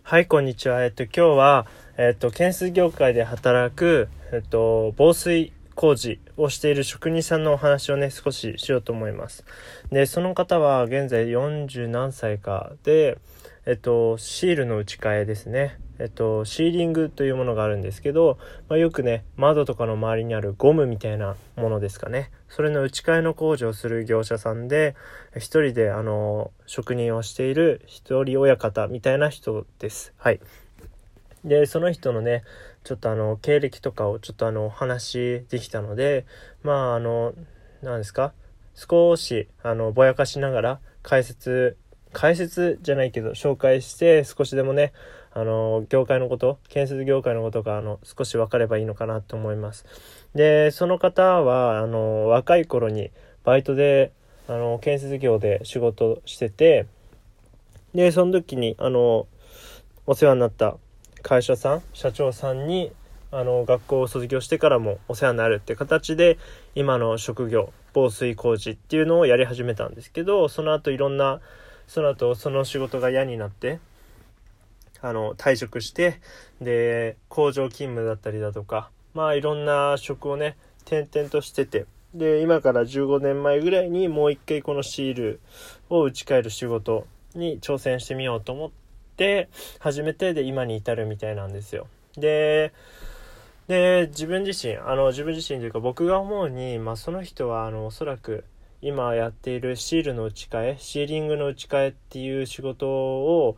はい、こんにちは。今日は、建設業界で働く、防水工事をしている職人さんのお話をね、少ししようと思います。で、その方は現在40何歳かで、シールの打ち替えですね。シーリングというものがあるんですけど、よくね、窓とかの周りにあるゴムみたいなものですかね。それの打ち替えの工事をする業者さんで、一人で職人をしている一人親方みたいな人です。はい。で、その人のね、ちょっと経歴とかをちょっとお話できたので、何ですか、少しぼやかしながら解説じゃないけど紹介して、少しでもね業界のこと、建設業界のことが少し分かればいいのかなと思います。で、その方は若い頃にバイトで建設業で仕事してて、でその時にお世話になった会社さん、社長さんに学校を卒業してからもお世話になるって形で、今の職業防水工事っていうのをやり始めたんですけど、その後その仕事が嫌になって退職して、で工場勤務だったりだとか、いろんな職をね転々としてて、で今から15年前ぐらいにもう一回このシールを打ち替える仕事に挑戦してみようと思って初めて、で今に至るみたいなんですよ。で自分自身というか、僕が思うに、その人はおそらく今やっているシールの打ち替え、シーリングの打ち替えっていう仕事を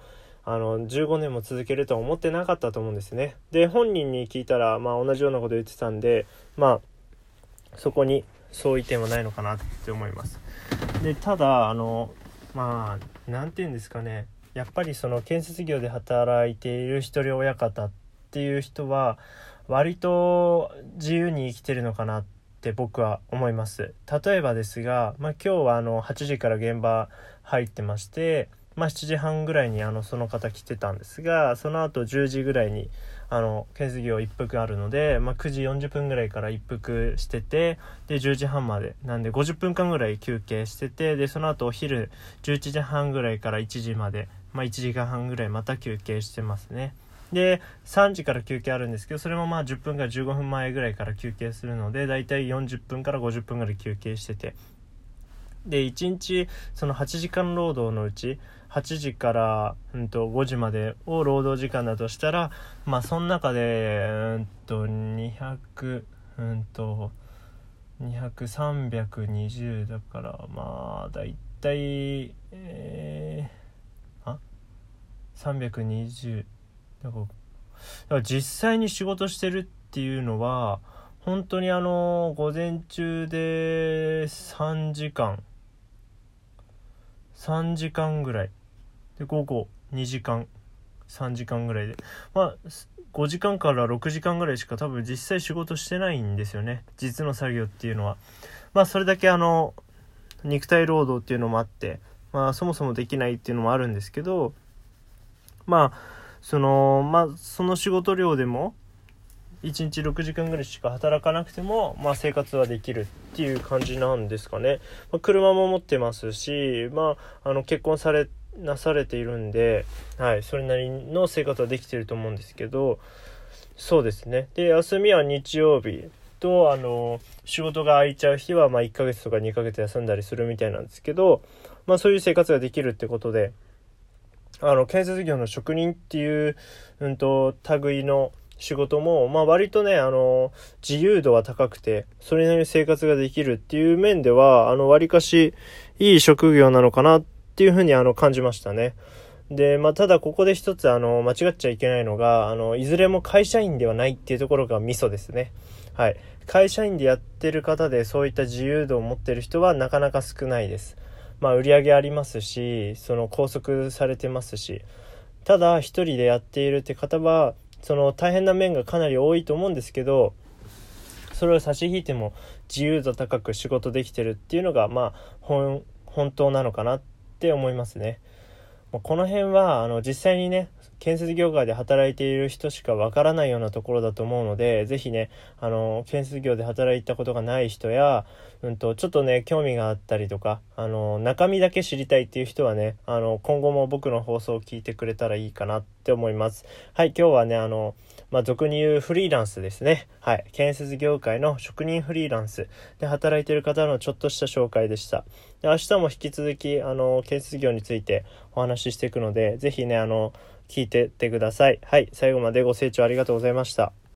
15年も続けるとは思ってなかったと思うんですね。で、本人に聞いたら同じようなこと言ってたんで、そこに相違点はないのかなって思います。で、ただなんていうんですかね、やっぱりその建設業で働いている一人親方っていう人は割と自由に生きてるのかなって僕は思います。例えばですが、今日は8時から現場入ってまして、7時半ぐらいにその方来てたんですが、その後10時ぐらいに建設業一服あるので、9時40分ぐらいから一服してて、で10時半までなんで50分間ぐらい休憩してて、でその後お昼11時半ぐらいから1時まで、1時間半ぐらいまた休憩してますね。で3時から休憩あるんですけど、それも10分から15分前ぐらいから休憩するので、だいたい40分から50分ぐらい休憩してて、で1日その8時間労働のうち8時から5時までを労働時間だとしたら、その中で200、320だから、だいたい320だから実際に仕事してるっていうのは本当に午前中で3時間ぐらいで、午後2時間3時間ぐらいで、5時間から6時間ぐらいしか多分実際仕事してないんですよね、実の作業っていうのは。それだけ肉体労働っていうのもあって、そもそもできないっていうのもあるんですけど、その仕事量でも1日6時間ぐらいしか働かなくても、生活はできるっていう感じなんですかね。車も持ってますし、結婚なされているんで、それなりの生活はできていると思うんですけど、そうですね。で、休みは日曜日と仕事が空いちゃう日は1ヶ月とか2ヶ月休んだりするみたいなんですけど、そういう生活ができるってことで、建設業の職人っていう類の仕事も割とね自由度は高くて、それなりに生活ができるっていう面では割かしいい職業なのかなっていうふうに感じましたね。でただここで一つ間違っちゃいけないのがいずれも会社員ではないっていうところがミソですね。はい、会社員でやってる方でそういった自由度を持ってる人はなかなか少ないです。売り上げありますし、その拘束されてますし、ただ一人でやっているって方はその大変な面がかなり多いと思うんですけど、それを差し引いても自由度高く仕事できてるっていうのが本当なのかなって思いますね。 この辺は実際にね建設業界で働いている人しかわからないようなところだと思うので、ぜひね建設業で働いたことがない人や、ちょっとね興味があったりとか中身だけ知りたいっていう人はね今後も僕の放送を聞いてくれたらいいかなって思います。はい、今日はね俗に言うフリーランスですね。はい、建設業界の職人フリーランスで働いている方のちょっとした紹介でした。で、明日も引き続き建設業についてお話ししていくので、ぜひね聞いてってください。はい、最後までご清聴ありがとうございました。